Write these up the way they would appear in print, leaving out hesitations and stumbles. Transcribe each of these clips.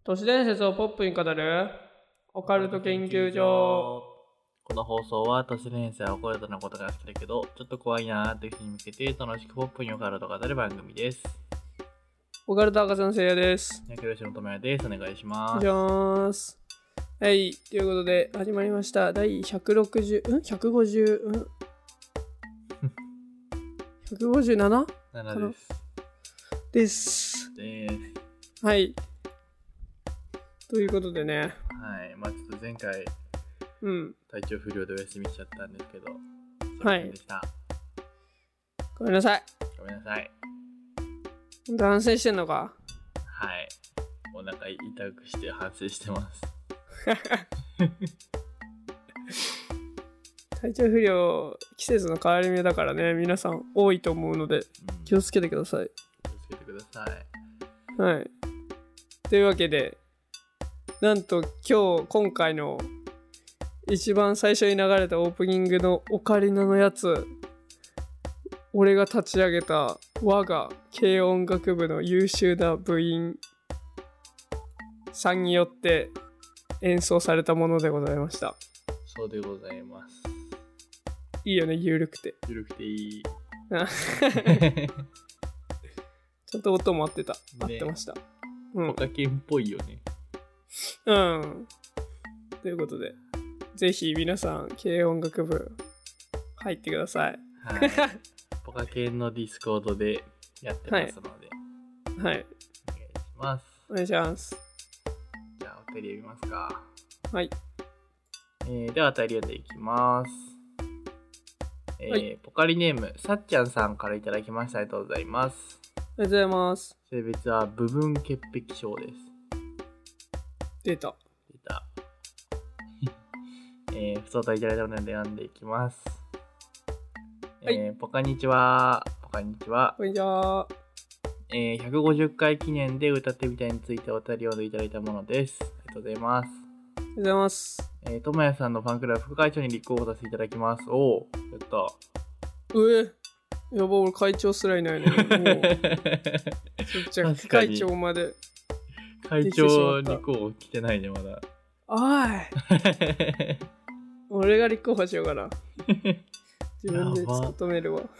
都市伝説をポップに語るオカルト研究所。 この放送は都市伝説やオカルトなことが好きだけどちょっと怖いなーという人に向けて楽しくポップにオカルトを語る番組です。 オカルト博士のせいやです。 焼きろしのともやです。お願いします。 お願いします。はい、ということで始まりました第160、150、157? 7 です。はい。ということでね。 はい。まあちょっと前回、体調不良でお休みしちゃったんですけど、 はい。 でした。 ごめんなさい。 ごめんなさい。 反省してんのか？ はい。お腹痛くして反省してます。 体調不良、季節の変わり目だからね、皆さん多いと思うので、気をつけてください。 気をつけてください。 はい。というわけで、なんと今回の一番最初に流れたオープニングのオカリナのやつ、俺が立ち上げた我が軽音楽部の優秀な部員さんによって演奏されたものでございました。 そうでございます。 いいよね、ゆるくて。 ゆるくていい。 ちゃんと音も合ってた。合ってました。 ポカケンっぽいよね。 ということで、ぜひ皆さん軽音楽部入ってください。 はい。ポカケンのディスコードでやってますので、 はい。 お願いします。 お願いします。 じゃあお便り読みますか。 はい。 ではお便り読んでいきます。はい、ポカリネームさっちゃんさんからいただきました。ありがとうございます。 ありがとうございます。 性別は部分潔癖症です。 出た。 普通といただいたので読んでいきます。 はい。 ポカにちは。ポカにちは。 こんにちは。 150回記念で歌ってみたいについてお便りを読んでいただいたものです。ありがとうございます。 ありがとうございます。 ともやさんのファンクラブ副会長に立候補させていただきます。おー、やった。 やば、俺会長すらいないね。そっちは副会長まで。 会長立候補来てないね、まだ。 おい俺が立候補しようかな。自分で務めるわ。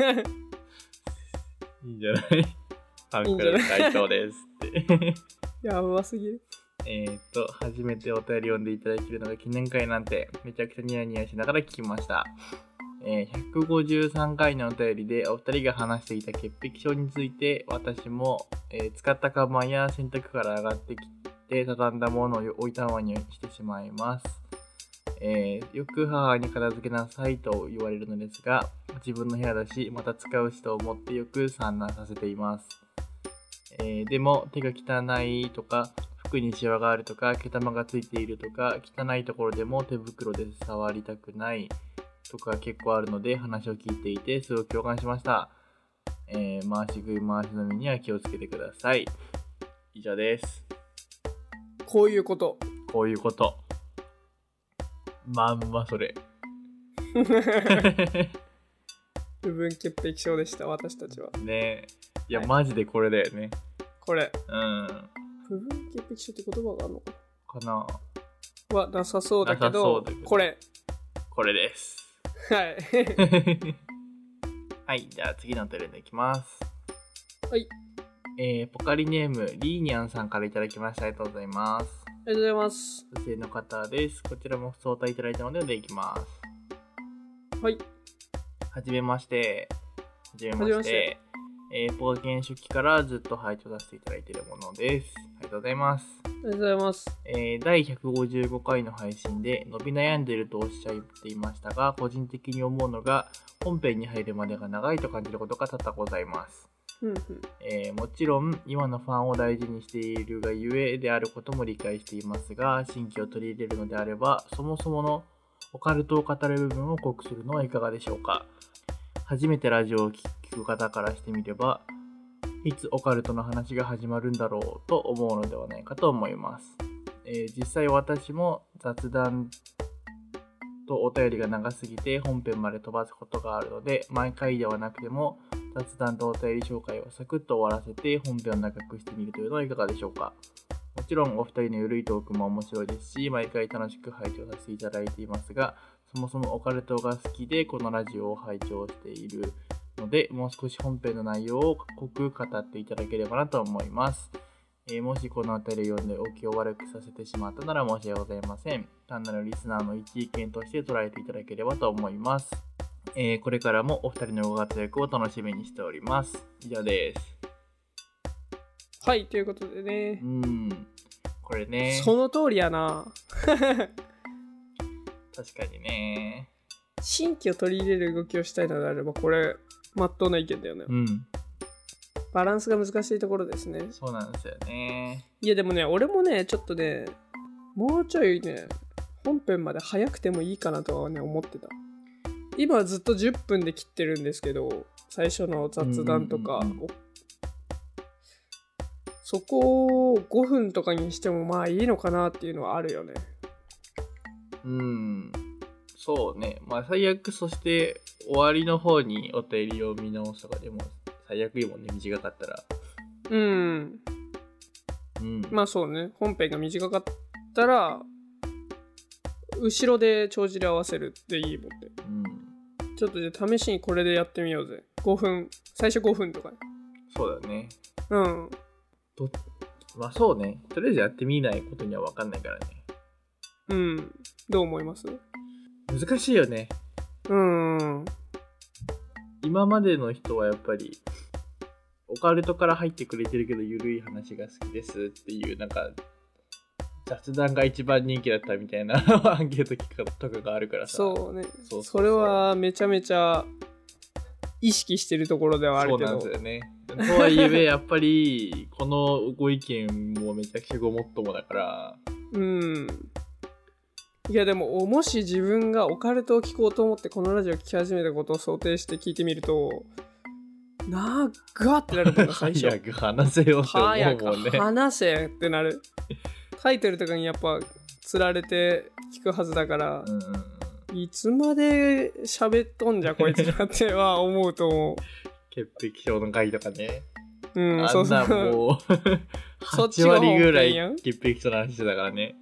いいんじゃない？ファンクラブ会長ですって。 やばすぎる。 初めてお便り読んでいただけるのが記念会なんてめちゃくちゃニヤニヤしながら聞きました。153回のお便りでお二人が話していた潔癖症について私も、使ったカバンや洗濯から上がってきて畳んだものを置いたままにしてしまいます。よく母に片付けなさいと言われるのですが自分の部屋だしまた使うしと思ってよく散乱させています。でも手が汚いとか服にシワがあるとか毛玉がついているとか汚いところでも手袋で触りたくないとか結構あるので話を聞いていてすごく共感しました。回し食い回し飲みには気をつけてください。以上です。 こういうことまんまそれ部分潔癖症でした。私たちはね。いや、マジでこれだよね。 これ部分潔癖症って言葉があるのかなはなさそうだけどこれです。 はいはい、じゃあ次のお便りでいきます。 はい。 ポカリネームリーニャンさんからいただきました。ありがとうございます。 ありがとうございます。 女性の方です。こちらも相談いただいたので読んでいきます。 はい。 はじめまして。ポカケン初期からずっと拝聴させていただいているものです。ありがとうございます。 ありがとうございます。 第155回の配信で伸び悩んでいるとおっしゃっていましたが、個人的に思うのが本編に入るまでが長いと感じることが多々ございます。もちろん今のファンを大事にしているがゆえであることも理解していますが、新規を取り入れるのであればそもそものオカルトを語る部分を濃くするのはいかがでしょうか。初めてラジオを聞く方からしてみればいつオカルトの話が始まるんだろうと思うのではないかと思います。実際私も雑談とお便りが長すぎて本編まで飛ばすことがあるので、毎回ではなくても雑談とお便り紹介をサクッと終わらせて本編を長くしてみるというのはいかがでしょうか。もちろんお二人のゆるいトークも面白いですし、毎回楽しく拝聴させていただいていますが、そもそもオカルトが好きでこのラジオを拝聴しているので、もう少し本編の内容を濃く語っていただければなと思います。もしこの辺りを読んでお気を悪くさせてしまったなら申し訳ございません。単なるリスナーの一意見として捉えていただければと思います。これからもお二人のご活躍を楽しみにしております。以上です。 はい、ということでね。 これね。 その通りやな。 確かにね。 新規を取り入れる動きをしたいのであれば、これ、まっとうな意見だよね。バランスが難しいところですね。 そうなんですよね。 いやでもね、俺もね、ちょっとね、もうちょいね、本編まで早くてもいいかなとはね、思ってた。今はずっと10分で切ってるんですけど、最初の雑談とか、そこを5分とかにしてもまあいいのかなっていうのはあるよね。 そうね。まあ最悪、そして終わりの方にお便りを見直すとかでも最悪いいもんね、短かったら。 まあそうね。本編が短かったら、後ろで帳尻合わせるっていいもんで。ちょっとじゃあ試しにこれでやってみようぜ。5分、最初5分とか。 そうだね。まあそうね。とりあえずやってみないことには分かんないからね。 どう思います？ 難しいよね。今までの人はやっぱりオカルトから入ってくれてるけどゆるい話が好きですっていうなんか雑談が一番人気だったみたいなアンケート企画とかがあるからさ。 そうね。それはめちゃめちゃ意識してるところではあるけど。 そうなんですよね。とはいえやっぱりこのご意見もめちゃくちゃごもっともだから。 いやでももし自分がオカルトを聞こうと思ってこのラジオ聞き始めたことを想定して聞いてみると長ってなるもんな最初。 早く話せよって思うもんね。早く話せってなる。タイトルとかにやっぱ釣られて聞くはずだから、いつまで喋っとんじゃこいつらっては思うと思う。 潔癖症の回とかね。 そうそう。 もう8割ぐらい潔癖症の話だからね。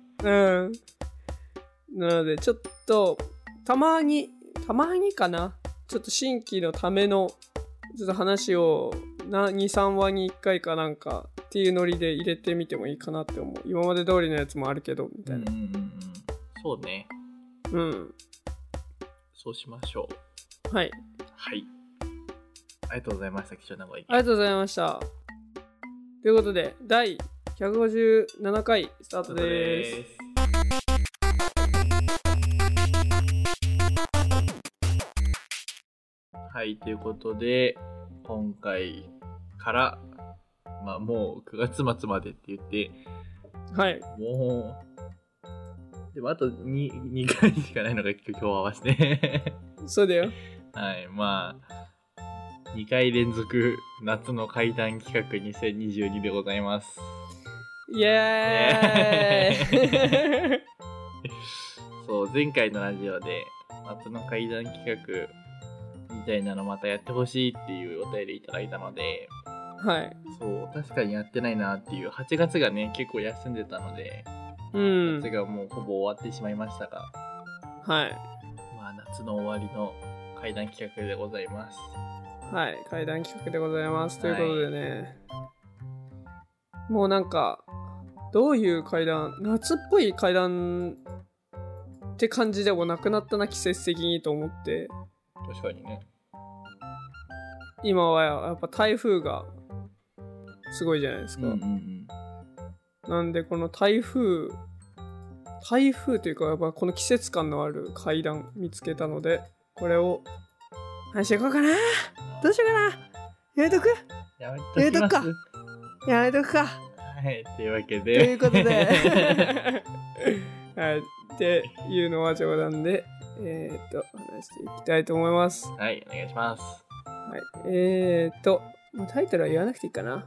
なのでちょっとたまにかな、ちょっと新規のためのちょっと話を2、3話に1回かなんかっていうノリで入れてみてもいいかなって思う。今まで通りのやつもあるけどみたいな。 そうね。そうしましょう。はい。 ありがとうございました。貴重なご意見。 ありがとうございました。ということで第157回スタートです。 はい、ということで今回からまあもう9月末までって言ってもうでもあと 2回しかないのが今日合わせてそうだよ。 まあ2回連続夏の怪談企画2022でございます。 イエーイそう前回のラジオで夏の怪談企画みたいなのまたやってほしいっていうお便りいただいたので、そう確かにやってないなっていう。8月がね結構休んでたので、夏がもうほぼ終わってしまいましたが、まあ夏の終わりの怪談企画でございます。 怪談企画でございます。ということでね、もうなんかどういう怪談、夏っぽい怪談って感じでもなくなったな、季節的にと思って。 確かにね。 今はやっぱ台風がすごいじゃないですか。なんでこの台風というかやっぱこの季節感のある怪談見つけたので、これを話していこうかな。どうしようかな。やめとくか。 というわけで。 ということで。っていうのは冗談で、話していきたいと思います。 お願いします。 タイトルは言わなくていいかな。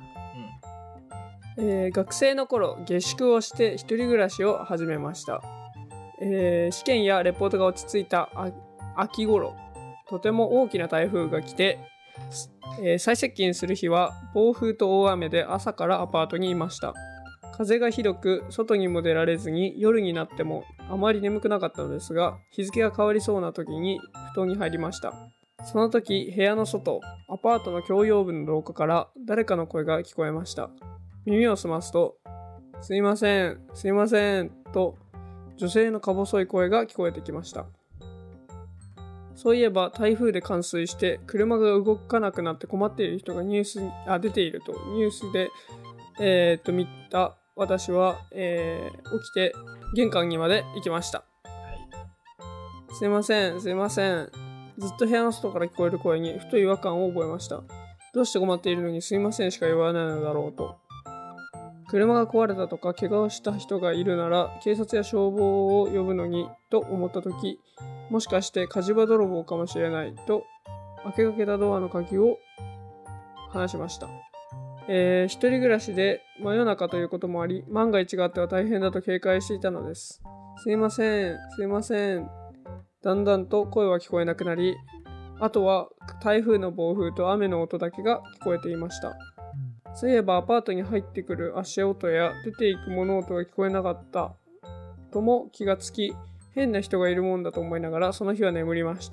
学生の頃、下宿をして一人暮らしを始めました。試験やレポートが落ち着いた秋頃、とても大きな台風が来て、最接近する日は暴風と大雨で朝からアパートにいました。 風がひどく外にも出られずに夜になってもあまり眠くなかったのですが、日付が変わりそうな時に布団に入りました。その時、部屋の外、アパートの共用部の廊下から誰かの声が聞こえました。耳を澄ますと、すいません、すいませんと女性のか細い声が聞こえてきました。そういえば台風で冠水して車が動かなくなって困っている人が出ているとニュースで見た私は、起きて玄関にまで行きました。すいません、すいません。ずっと部屋の外から聞こえる声にふと違和感を覚えました。どうして困っているのにすいませんしか言わないのだろうと。車が壊れたとか怪我をした人がいるなら警察や消防を呼ぶのにと思ったとき、もしかして火事場泥棒かもしれないと開けかけたドアの鍵を離しました。一人暮らしで真夜中ということもあり、万が一があっては大変だと警戒していたのです。すいません、すいません。だんだんと声は聞こえなくなり、あとは台風の暴風と雨の音だけが聞こえていました。そういえばアパートに入ってくる足音や出ていく物音が聞こえなかったとも気がつき、変な人がいるもんだと思いながらその日は眠りました。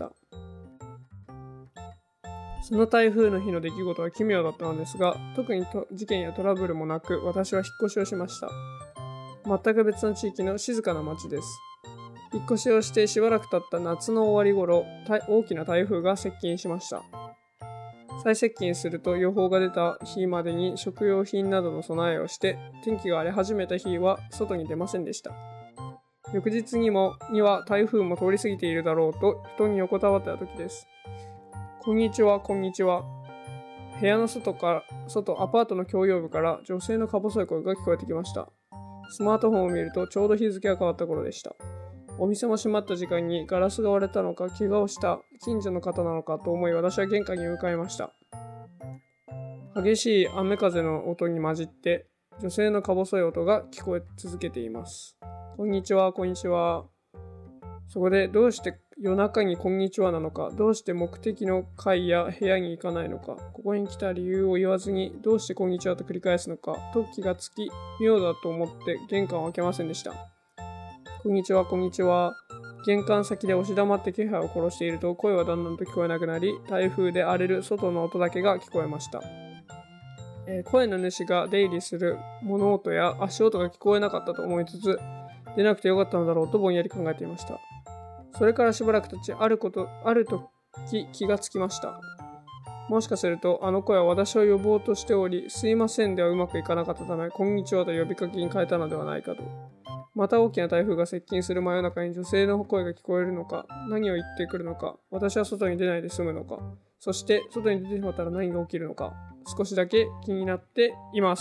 その台風の日の出来事は奇妙だったのですが、特に事件やトラブルもなく私は引っ越しをしました。全く別の地域の静かな町です。引っ越しをしてしばらく経った夏の終わり頃、大きな台風が接近しました。最接近すると予報が出た日までに食料品などの備えをして、天気が荒れ始めた日は外に出ませんでした。翌日には台風も通り過ぎているだろうと布団に横たわった時です。こんにちは、こんにちは。部屋の外アパートの共用部から女性のか細い声が聞こえてきました。スマートフォンを見るとちょうど日付が変わった頃でした。お店も閉まった時間にガラスが割れたのか怪我をした近所の方なのかと思い私は玄関に向かいました。激しい雨風の音に混じって女性のか細い音が聞こえ続けています。こんにちは、こんにちは。そこでどうして夜中にこんにちはなのか、どうして目的の階や部屋に行かないのか、ここに来た理由を言わずにどうしてこんにちはと繰り返すのかと気がつき、妙だと思って玄関を開けませんでした。こんにちは、こんにちは。玄関先で押し黙って気配を殺していると声はだんだんと聞こえなくなり、台風で荒れる外の音だけが聞こえました。声の主が出入りする物音や足音が聞こえなかったと思いつつ、出なくてよかったのだろうとぼんやり考えていました。それからしばらく経ち、ある時気がつきました。もしかするとあの声は私を呼ぼうとしており、すいませんではうまくいかなかったため、こんにちはと呼びかけに変えたのではないかと。また大きな台風が接近する真夜中に女性の声が聞こえるのか、何を言ってくるのか、私は外に出ないで済むのか、そして外に出てしまったら何が起きるのか、少しだけ気になっています。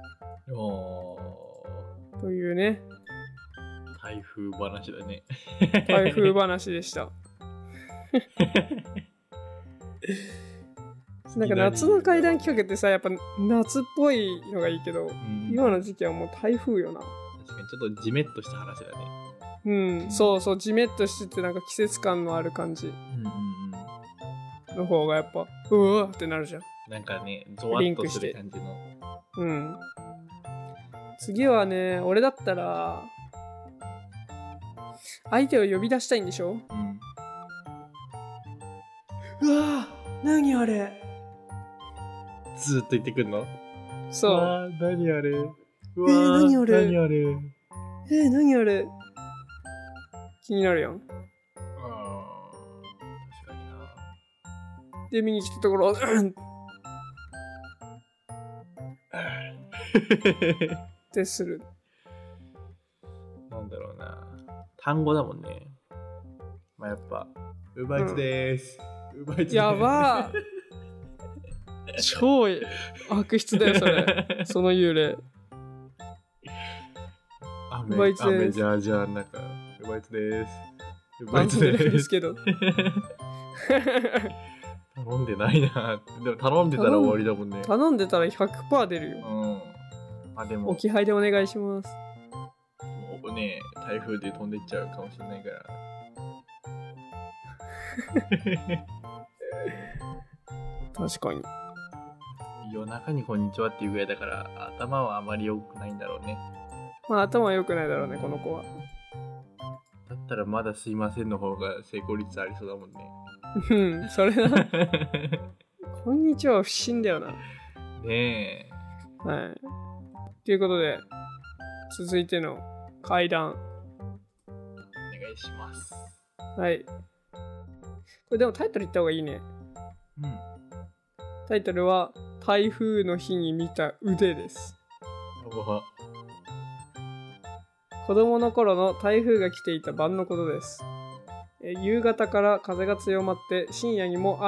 というね、 台風話だね。 台風話でした。なんか夏の怪談企画ってさ、やっぱ夏っぽいのがいいけど、今の時期はもう台風よな。 確かにちょっとジメッとした話だね。そうそう、ジメッとしててなんか季節感のある感じの方がやっぱうわーってなるじゃん。 なんかね、ゾワッとする感じの。 次はね、俺だったら相手を呼び出したいんでしょ。うわー、何あれ。 ずっと言ってくるの？ そう。 何あれ。 何あれ。 何あれ。 何あれ。気になるやん。 確かにな。 で、見に来たところ、ってする。 なんだろうな。単語だもんね。まあやっぱ、ウーバーイーツでーす。ウーバーイーツやばー。超悪質だよ、それ。その幽霊。 雨じゃあなんかウーバーイーツでーす。ウーバーイーツですけど。 頼んでないな。でも頼んでたら終わりだもんね。 頼んでたら 100% 出るよ。 でも置き配でお願いします。 もうね、台風で飛んでっちゃうかもしれないから。 確かに。 夜中にこんにちはっていうぐらいだから、頭はあまり良くないんだろうね。 まあ頭は良くないだろうね、この子は。 だったらまだすいませんの方が成功率ありそうだもんね。 うん、それな。こんにちはは不審だよな。 ねえ。 はい。ということで、続いての怪談。 お願いします。 はい。これでもタイトル言った方がいいね。 うん。 タイトルは、台風の日に見た腕です。子供の頃の台風が来ていた晩のことです。夕方から風が強まって深夜には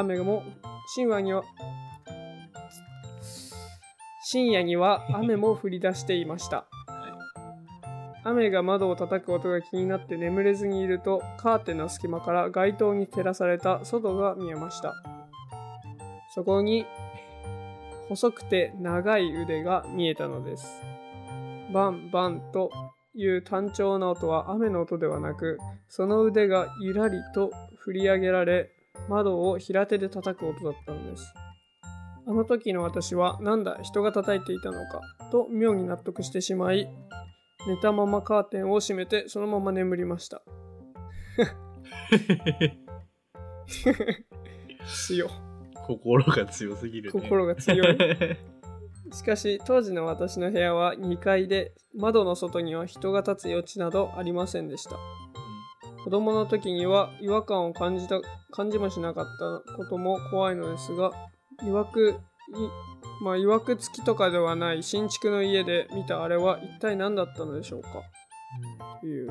雨も降り出していました。雨が窓を叩く音が気になって眠れずにいると、カーテンの隙間から街灯に照らされた外が見えました。そこに細くて長い腕が見えたのです。バンバンという単調な音は雨の音ではなく、その腕がゆらりと振り上げられ、窓を平手で叩く音だったのです。あの時の私は、なんだ人が叩いていたのかと妙に納得してしまい、寝たままカーテンを閉めてそのまま眠りました。強。 心が強すぎるね。 心が強い。しかし当時の私の部屋は2階で、窓の外には人が立つ余地などありませんでした。子供の時には違和感を感じもしなかったことも怖いのですが、いわくつきとかではない新築の家で見たあれは一体何だったのでしょうか、という。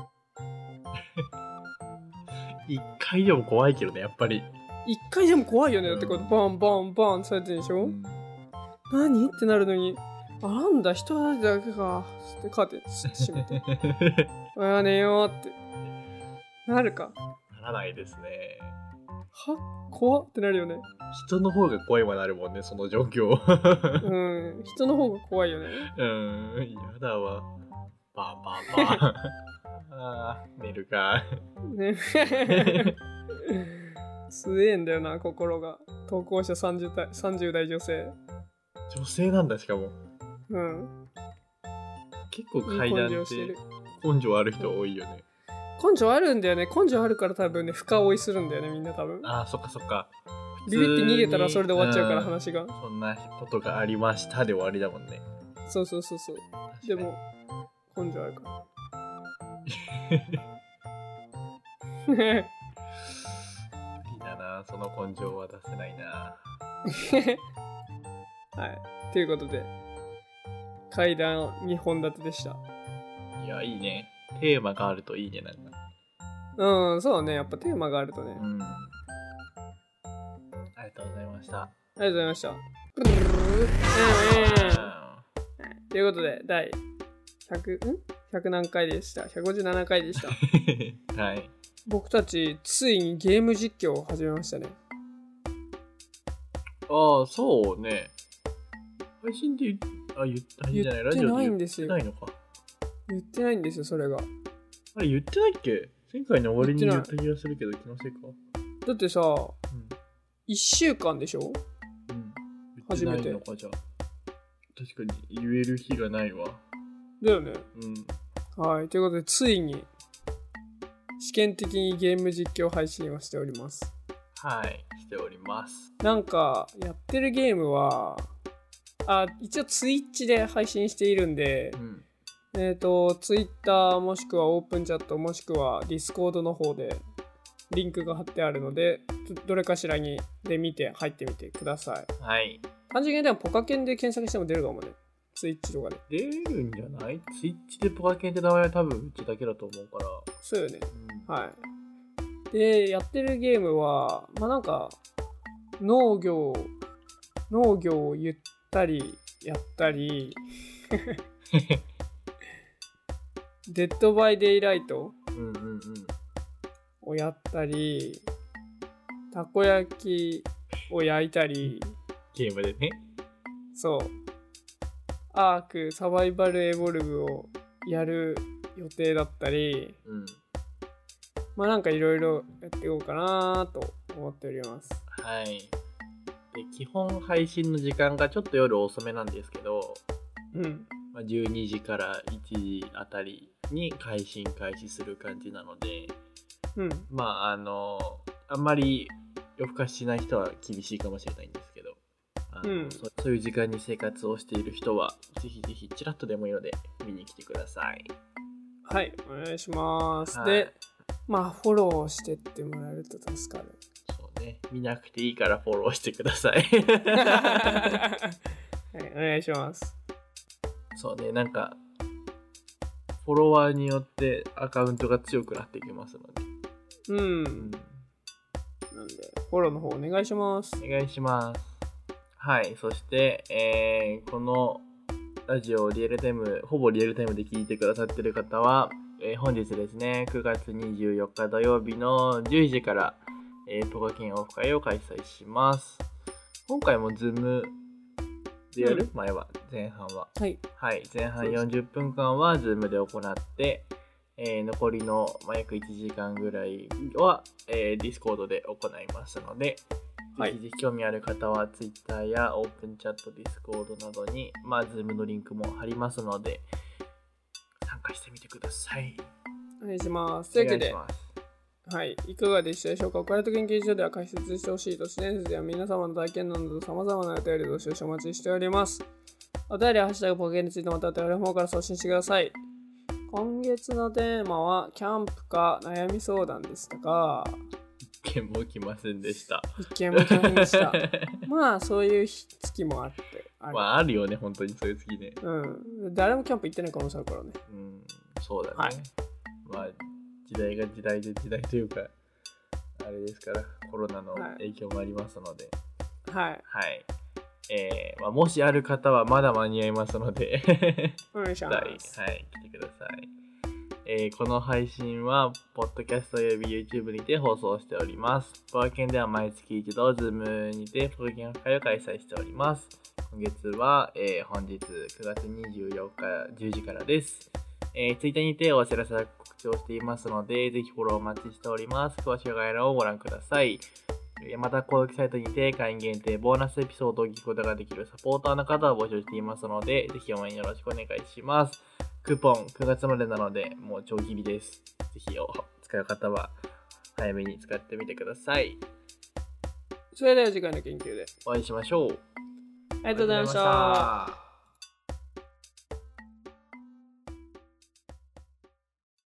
1回でも怖いけどね、やっぱり。 1回でも怖いよね。だってこうバンバンバンされてるでしょ、何ってなるのに、なんだ人だけかってカーテン閉めてあ寝ようってなるか。 ならないですね。 は怖ってなるよね。 人の方が怖いはなるもんね、その状況。 うん、人の方が怖いよね。 やだわ。バンバンバン。寝るか。 ね。強えんだよな、心が。投稿者30代女性。 女性なんだ、しかも。 うん。 結構階段って根性ある人多いよね。 根性あるんだよね。根性あるから多分ね、深追いするんだよね、みんな多分。 そっかそっか。 ビビって逃げたらそれで終わっちゃうから、話が。 そんなことがありましたで終わりだもんね。 そう。でも、根性あるから。 無理だな、その根性は出せないな。 はい。ということで、階段2本立てでした。 いや、いいね。テーマがあるといいね、なんか。 うん、そうね。やっぱテーマがあるとね。 ありがとうございました。 ありがとうございました。ということで、第100何回でした。157回でした。 はい。 僕たち、ついにゲーム実況を始めましたね。 そうね。配信で言ってないんですよ。言ってないのか。 言ってないんですよ、それが。 あれ言ってないっけ？前回の終わりに言った気がするけど、気のせいか。 だってさ、1週間でしょ？初めて。 言ってないのか、じゃあ。確かに言える日がないわ。 だよね。はい。ということで、ついに、試験的にゲーム実況配信をしております。 はい、しております。 なんか、やってるゲームは、一応ツイッチで配信しているんで、ツイッターもしくはオープンチャットもしくはディスコードの方でリンクが貼ってあるので、どれかしらにで見て入ってみてください。 はい。 単純にでもポカケンで検索しても出るかもね。ツイッチとかで。 出るんじゃない？ツイッチでポカケンって名前は多分うちだけだと思うから。 そうよね。はい。で、やってるゲームは、なんか、農業をゆったりやったり、デッドバイデイライトをやったり、たこ焼きを焼いたり、 ゲームでね。 そう。アークサバイバルエボルブをやる予定だったり、なんかいろいろやっていこうかなと思っております。 はい。 基本配信の時間がちょっと夜遅めなんですけど、12時から1時あたりに配信開始する感じなので、あんまり夜更かししない人は厳しいかもしれないんですけど、そういう時間に生活をしている人はぜひぜひちらっとでもいいので見に来てください。 はい、お願いします。で、フォローしてってもらえると助かる。 そうね、見なくていいからフォローしてください。 はい、お願いします。 そうね、なんかフォロワーによってアカウントが強くなっていきますので。 なんでフォローの方お願いします。 お願いします。はい、そして、このラジオをほぼリアルタイムで聞いてくださってる方は、本日ですね、9月24日土曜日の10時から、ポカケンオフ会を開催します。今回もズームでやる、前半は。はい、前半40分間はズームで行って、残りの、約1時間ぐらいは、ディスコードで行いますので、ぜひ興味ある方は Twitter やオープンチャット、ディスコードなどに、Zoom のリンクも貼りますので、参加してみてください。 お願いします。というわけで、いかがでしたでしょうか。オカルト研究所では解説してほしい都市伝説や皆様の体験など様々なお便りどしどしお待ちしております。お便りはハッシュタグポケについてまたお便りの方から送信してください。今月のテーマはキャンプか悩み相談でしたが、 一件も来ませんでした。 一件も来ませんでした。そういう月もあってあるよね、本当にそういう月ね。 誰もキャンプ行ってない可能性あるからね。 そうだね。時代が時代で時代というかあれですから、コロナの影響もありますので、もしある方はまだ間に合いますのでお願いします。 来てください。この配信はポッドキャストおよび YouTube にて放送しております。ポカケンでは毎月一度 Zoom にてポカケンオフ会を開催しております。今月は、本日9月24日10時からです。Twitter にてお知らせや告知をしていますので、ぜひフォローお待ちしております。詳しい概要欄をご覧ください。また、公式サイトにて会員限定ボーナスエピソードを聞くことができるサポーターの方を募集していますので、ぜひ応援よろしくお願いします。クーポン9月までなので、もう超切りです。ぜひ使う方は早めに使ってみてください。 それでは次回の研究でお会いしましょう。 ありがとうございました。